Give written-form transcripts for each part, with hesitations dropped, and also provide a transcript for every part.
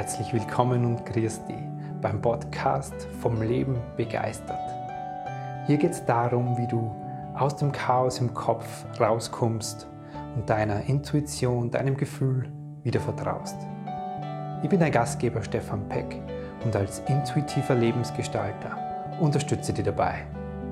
Herzlich willkommen und grüß dich beim Podcast Vom Leben begeistert. Hier geht es darum, wie du aus dem Chaos im Kopf rauskommst und deiner Intuition, deinem Gefühl wieder vertraust. Ich bin dein Gastgeber Stefan Peck und als intuitiver Lebensgestalter unterstütze dich dabei.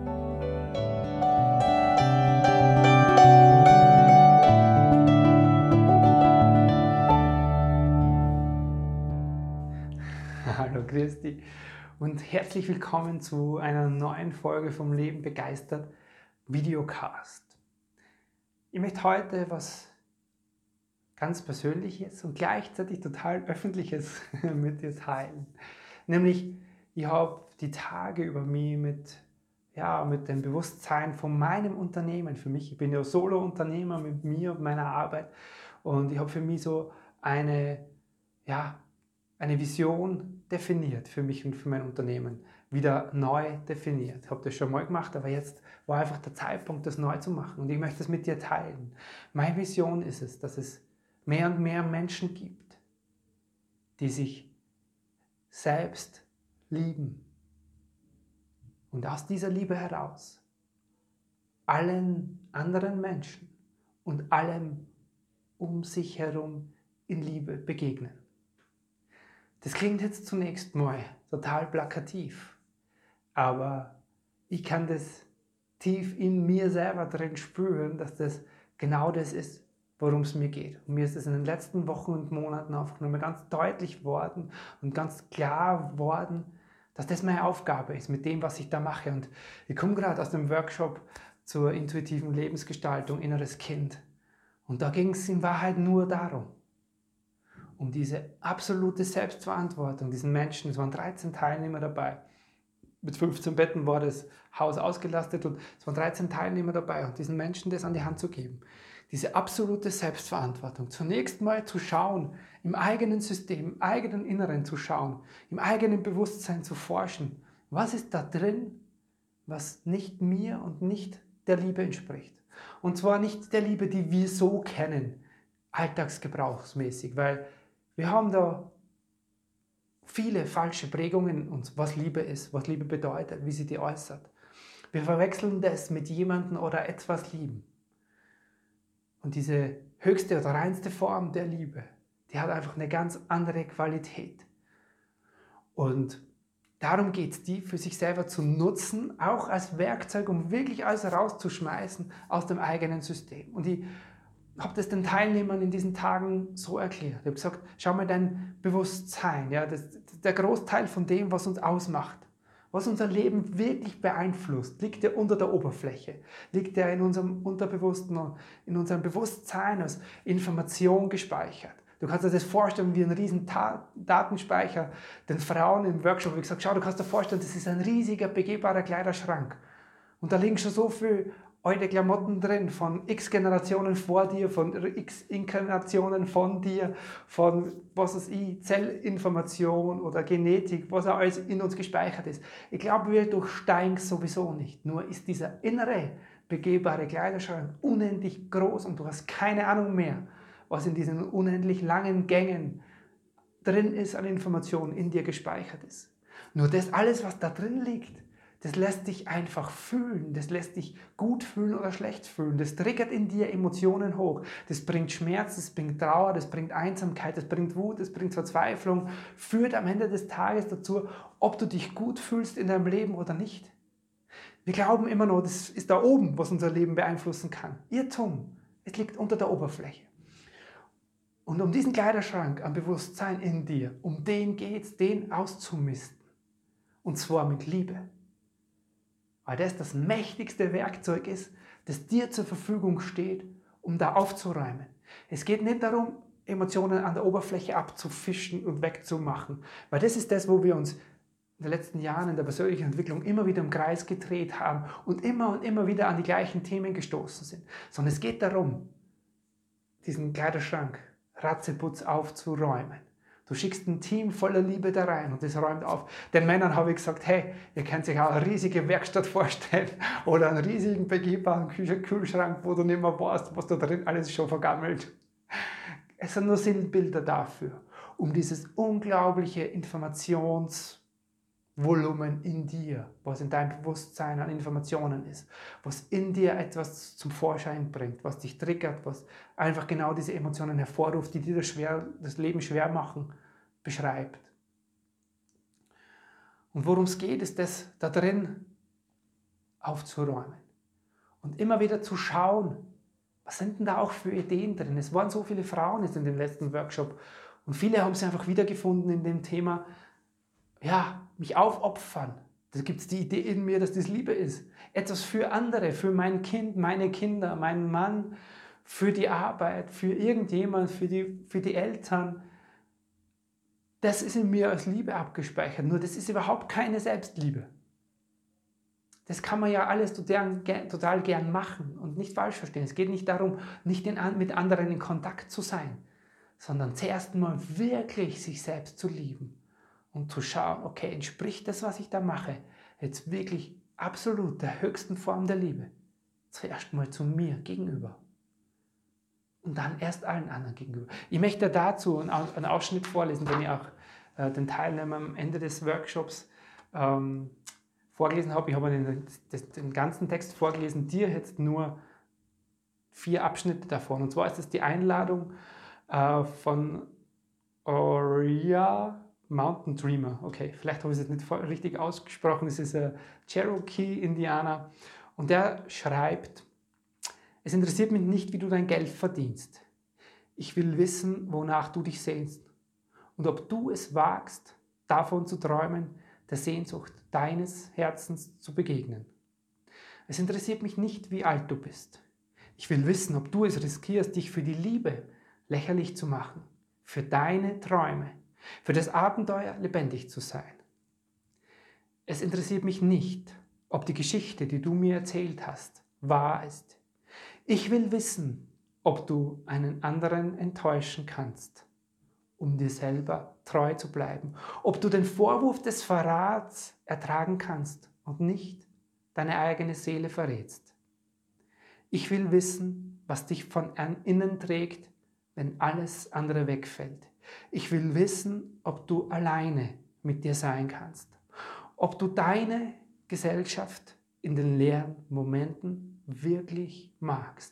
Hallo, grüß dich und herzlich willkommen zu einer neuen Folge vom Leben begeistert Videocast. Ich möchte heute was ganz Persönliches und gleichzeitig total Öffentliches mit dir teilen. Nämlich, ich habe die Tage über mich mit dem Bewusstsein von meinem Unternehmen für mich. Ich bin ja Solo-Unternehmer mit mir und meiner Arbeit und ich habe für mich so eine Vision definiert für mich und für mein Unternehmen, wieder neu definiert. Ich habe das schon mal gemacht, aber jetzt war einfach der Zeitpunkt, das neu zu machen und ich möchte das mit dir teilen. Meine Vision ist es, dass es mehr und mehr Menschen gibt, die sich selbst lieben und aus dieser Liebe heraus allen anderen Menschen und allem um sich herum in Liebe begegnen. Das klingt jetzt zunächst mal total plakativ, aber ich kann das tief in mir selber drin spüren, dass das genau das ist, worum es mir geht. Und mir ist es in den letzten Wochen und Monaten einfach nochmal ganz deutlich worden und ganz klar worden, dass das meine Aufgabe ist mit dem, was ich da mache. Und ich komme gerade aus dem Workshop zur intuitiven Lebensgestaltung Inneres Kind. Und da ging es in Wahrheit nur darum, um diese absolute Selbstverantwortung diesen Menschen. Es waren 13 Teilnehmer dabei. Mit 15 Betten war das Haus ausgelastet und es waren 13 Teilnehmer dabei und diesen Menschen das an die Hand zu geben. Diese absolute Selbstverantwortung. Zunächst mal zu schauen, im eigenen System, im eigenen Inneren zu schauen, im eigenen Bewusstsein zu forschen. Was ist da drin, was nicht mir und nicht der Liebe entspricht? Und zwar nicht der Liebe, die wir so kennen, alltagsgebrauchsmäßig, weil wir haben da viele falsche Prägungen in uns, was Liebe ist, was Liebe bedeutet, wie sie die äußert. Wir verwechseln das mit jemandem oder etwas lieben. Und diese höchste oder reinste Form der Liebe, die hat einfach eine ganz andere Qualität. Und darum geht es, die für sich selber zu nutzen, auch als Werkzeug, um wirklich alles rauszuschmeißen aus dem eigenen System. Und ich habe das den Teilnehmern in diesen Tagen so erklärt. Ich habe gesagt, schau mal dein Bewusstsein, der Großteil von dem, was uns ausmacht, was unser Leben wirklich beeinflusst, liegt ja unter der Oberfläche, liegt ja in unserem Unterbewussten, in unserem Begusstsein als Information gespeichert. Du kannst dir das vorstellen wie ein riesen Datenspeicher. Den Frauen im Workshop habe ich gesagt, schau, du kannst dir vorstellen, das ist ein riesiger begehbarer Kleiderschrank. Und da liegen schon so viel alte Klamotten drin, von x Generationen vor dir, von x Inkarnationen von dir, von, was weiß ich, Zellinformation oder Genetik, was auch alles in uns gespeichert ist. Ich glaube, wir durchsteigen es sowieso nicht. Nur ist dieser innere, begehbare Kleiderschrank unendlich groß und du hast keine Ahnung mehr, was in diesen unendlich langen Gängen drin ist an Informationen, in dir gespeichert ist. Nur das alles, was da drin liegt, das lässt dich einfach fühlen, das lässt dich gut fühlen oder schlecht fühlen, das triggert in dir Emotionen hoch, das bringt Schmerz, das bringt Trauer, das bringt Einsamkeit, das bringt Wut, das bringt Verzweiflung, führt am Ende des Tages dazu, ob du dich gut fühlst in deinem Leben oder nicht. Wir glauben immer noch, das ist da oben, was unser Leben beeinflussen kann. Irrtum, es liegt unter der Oberfläche. Und um diesen Kleiderschrank am Bewusstsein in dir, um den geht's, den auszumisten. Und zwar mit Liebe. Weil das mächtigste Werkzeug ist, das dir zur Verfügung steht, um da aufzuräumen. Es geht nicht darum, Emotionen an der Oberfläche abzufischen und wegzumachen, weil das ist das, wo wir uns in den letzten Jahren in der persönlichen Entwicklung immer wieder im Kreis gedreht haben und immer wieder an die gleichen Themen gestoßen sind. Sondern es geht darum, diesen Kleiderschrank ratzeputz aufzuräumen. Du schickst ein Team voller Liebe da rein und das räumt auf. Den Männern habe ich gesagt, hey, ihr könnt euch auch eine riesige Werkstatt vorstellen oder einen riesigen begehbaren Kühlschrank, wo du nicht mehr weißt, was da drin alles schon vergammelt. Es sind nur Sinnbilder dafür. um dieses unglaubliche Informationsvolumen in dir, was in deinem Bewusstsein an Informationen ist, was in dir etwas zum Vorschein bringt, was dich triggert, was einfach genau diese Emotionen hervorruft, die dir das Leben schwer machen, beschreibt. Und worum es geht, ist das da drin aufzuräumen und immer wieder zu schauen, was sind denn da auch für Ideen drin? Es waren so viele Frauen jetzt in dem letzten Workshop und viele haben sich einfach wiedergefunden in dem Thema, ja, mich aufopfern. Da gibt es die Idee in mir, dass das Liebe ist. Etwas für andere, für mein Kind, meine Kinder, meinen Mann, für die Arbeit, für irgendjemand, für die Eltern. Das ist in mir als Liebe abgespeichert, nur das ist überhaupt keine Selbstliebe. Das kann man ja alles total gern machen und nicht falsch verstehen. Es geht nicht darum, nicht mit anderen in Kontakt zu sein, sondern zuerst mal wirklich sich selbst zu lieben und zu schauen, okay, entspricht das, was ich da mache, jetzt wirklich absolut der höchsten Form der Liebe? Zuerst mal zu mir gegenüber und dann erst allen anderen gegenüber. Ich möchte dazu einen Ausschnitt vorlesen, den ich auch den Teilnehmern am Ende des Workshops vorgelesen habe. Ich habe den ganzen Text vorgelesen, dir jetzt nur 4 Abschnitte davon. Und zwar ist es die Einladung von Oria Mountain Dreamer. Okay, vielleicht habe ich es jetzt nicht richtig ausgesprochen. Es ist ein Cherokee Indianer. Und der schreibt: Es interessiert mich nicht, wie du dein Geld verdienst. Ich will wissen, wonach du dich sehnst. Und ob du es wagst, davon zu träumen, der Sehnsucht deines Herzens zu begegnen. Es interessiert mich nicht, wie alt du bist. Ich will wissen, ob du es riskierst, dich für die Liebe lächerlich zu machen, für deine Träume, für das Abenteuer lebendig zu sein. Es interessiert mich nicht, ob die Geschichte, die du mir erzählt hast, wahr ist. Ich will wissen, ob du einen anderen enttäuschen kannst, um dir selber treu zu bleiben, ob du den Vorwurf des Verrats ertragen kannst und nicht deine eigene Seele verrätst. Ich will wissen, was dich von innen trägt, wenn alles andere wegfällt. Ich will wissen, ob du alleine mit dir sein kannst, ob du deine Gesellschaft in den leeren Momenten wirklich magst.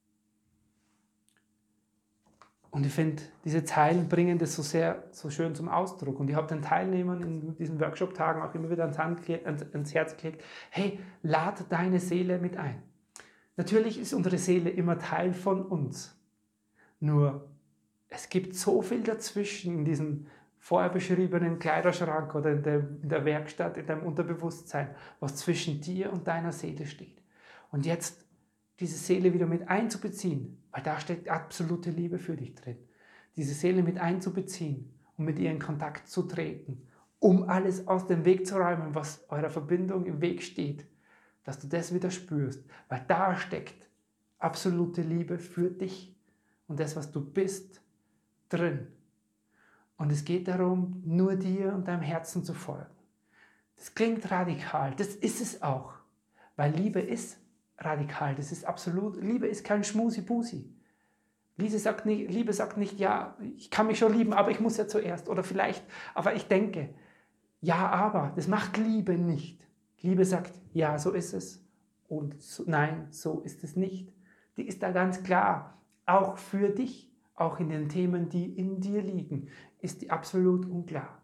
Und ich finde, diese Zeilen bringen das so schön zum Ausdruck. Und ich habe den Teilnehmern in diesen Workshop-Tagen auch immer wieder ans Herz gelegt, hey, lad deine Seele mit ein. Natürlich ist unsere Seele immer Teil von uns. Nur, es gibt so viel dazwischen in diesem vorher beschriebenen Kleiderschrank oder in der Werkstatt, in deinem Unterbewusstsein, was zwischen dir und deiner Seele steht. Und jetzt diese Seele wieder mit einzubeziehen, weil da steckt absolute Liebe für dich drin. Diese Seele mit einzubeziehen und mit ihr in Kontakt zu treten, um alles aus dem Weg zu räumen, was eurer Verbindung im Weg steht, dass du das wieder spürst, weil da steckt absolute Liebe für dich und das, was du bist, drin. Und es geht darum, nur dir und deinem Herzen zu folgen. Das klingt radikal, das ist es auch, weil Liebe ist radikal, das ist absolut, Liebe ist kein Schmusi-Busi. Liebe sagt nicht, ja, ich kann mich schon lieben, aber ich muss ja zuerst, oder vielleicht, aber ich denke, ja, aber, das macht Liebe nicht. Liebe sagt, ja, so ist es, und so, nein, so ist es nicht. Die ist da ganz klar, auch für dich, auch in den Themen, die in dir liegen, ist die absolut unklar.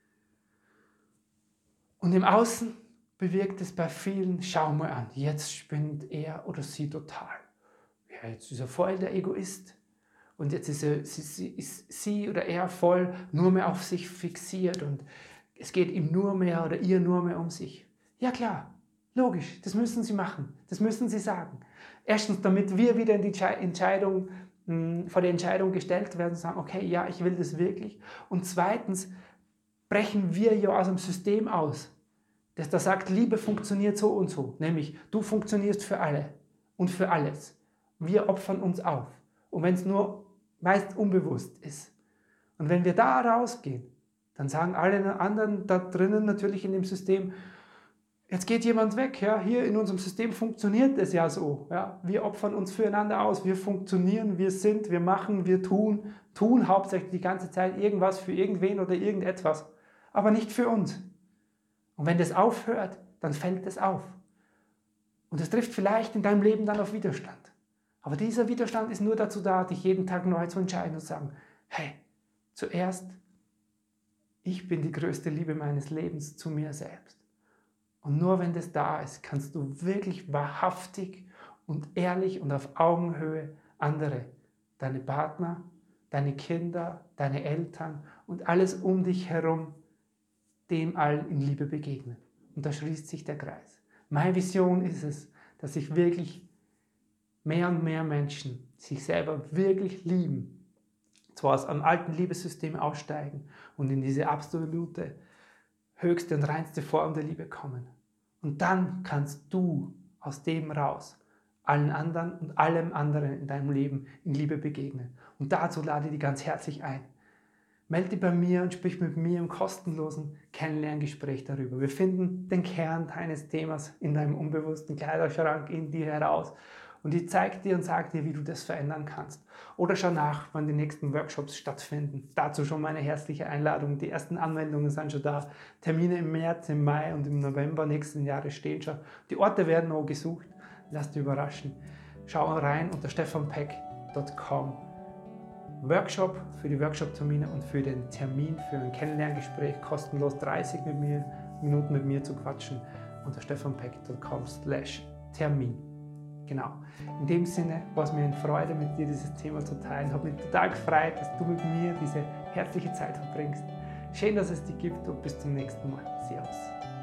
Und im Außen bewirkt es bei vielen, schau mal an, jetzt spinnt er oder sie total. Ja, jetzt ist er voll der Egoist und jetzt ist sie oder er voll nur mehr auf sich fixiert und es geht ihm nur mehr oder ihr nur mehr um sich. Ja klar, logisch, das müssen sie machen, das müssen sie sagen. Erstens, damit wir wieder in die vor die Entscheidung gestellt werden und sagen, okay, ja, ich will das wirklich. Und zweitens, brechen wir ja aus dem System aus, das da sagt, Liebe funktioniert so und so, nämlich du funktionierst für alle und für alles. Wir opfern uns auf. Und wenn es nur meist unbewusst ist. Und wenn wir da rausgehen, dann sagen alle anderen da drinnen natürlich in dem System, Jetzt geht jemand weg, ja, hier in unserem System funktioniert es ja so. Ja. Wir opfern uns füreinander aus, wir funktionieren, wir sind, wir machen, wir tun hauptsächlich die ganze Zeit irgendwas für irgendwen oder irgendetwas, aber nicht für uns. Und wenn das aufhört, dann fällt es auf. Und es trifft vielleicht in deinem Leben dann auf Widerstand. Aber dieser Widerstand ist nur dazu da, dich jeden Tag neu zu entscheiden und zu sagen, hey, zuerst, ich bin die größte Liebe meines Lebens zu mir selbst. Und nur wenn das da ist, kannst du wirklich wahrhaftig und ehrlich und auf Augenhöhe andere, deine Partner, deine Kinder, deine Eltern und alles um dich herum, dem allen in Liebe begegnen. Und da schließt sich der Kreis. Meine Vision ist es, dass sich wirklich mehr und mehr Menschen sich selber wirklich lieben, zwar aus einem alten Liebessystem aussteigen und in diese absolute, höchste und reinste Form der Liebe kommen. Und dann kannst du aus dem raus allen anderen und allem anderen in deinem Leben in Liebe begegnen. Und dazu lade ich dich ganz herzlich ein. Melde dich bei mir und sprich mit mir im kostenlosen Kennenlerngespräch darüber. Wir finden den Kern deines Themas in deinem unbewussten Kleiderschrank in dir heraus. Und ich zeige dir und sage dir, wie du das verändern kannst. Oder schau nach, wann die nächsten Workshops stattfinden. Dazu schon meine herzliche Einladung. Die ersten Anmeldungen sind schon da. Termine im März, im Mai und im November nächsten Jahres stehen schon. Die Orte werden noch gesucht. Lass dich überraschen. Schau rein unter stefanpeck.com. Workshop für die Workshop-Termine und für den Termin für ein Kennenlerngespräch kostenlos 30 Minuten mit mir zu quatschen unter stefanpeck.com/Termin. Genau. In dem Sinne war es mir eine Freude, mit dir dieses Thema zu teilen. Ich habe mich total gefreut, dass du mit mir diese herzliche Zeit verbringst. Schön, dass es dich gibt und bis zum nächsten Mal. Servus.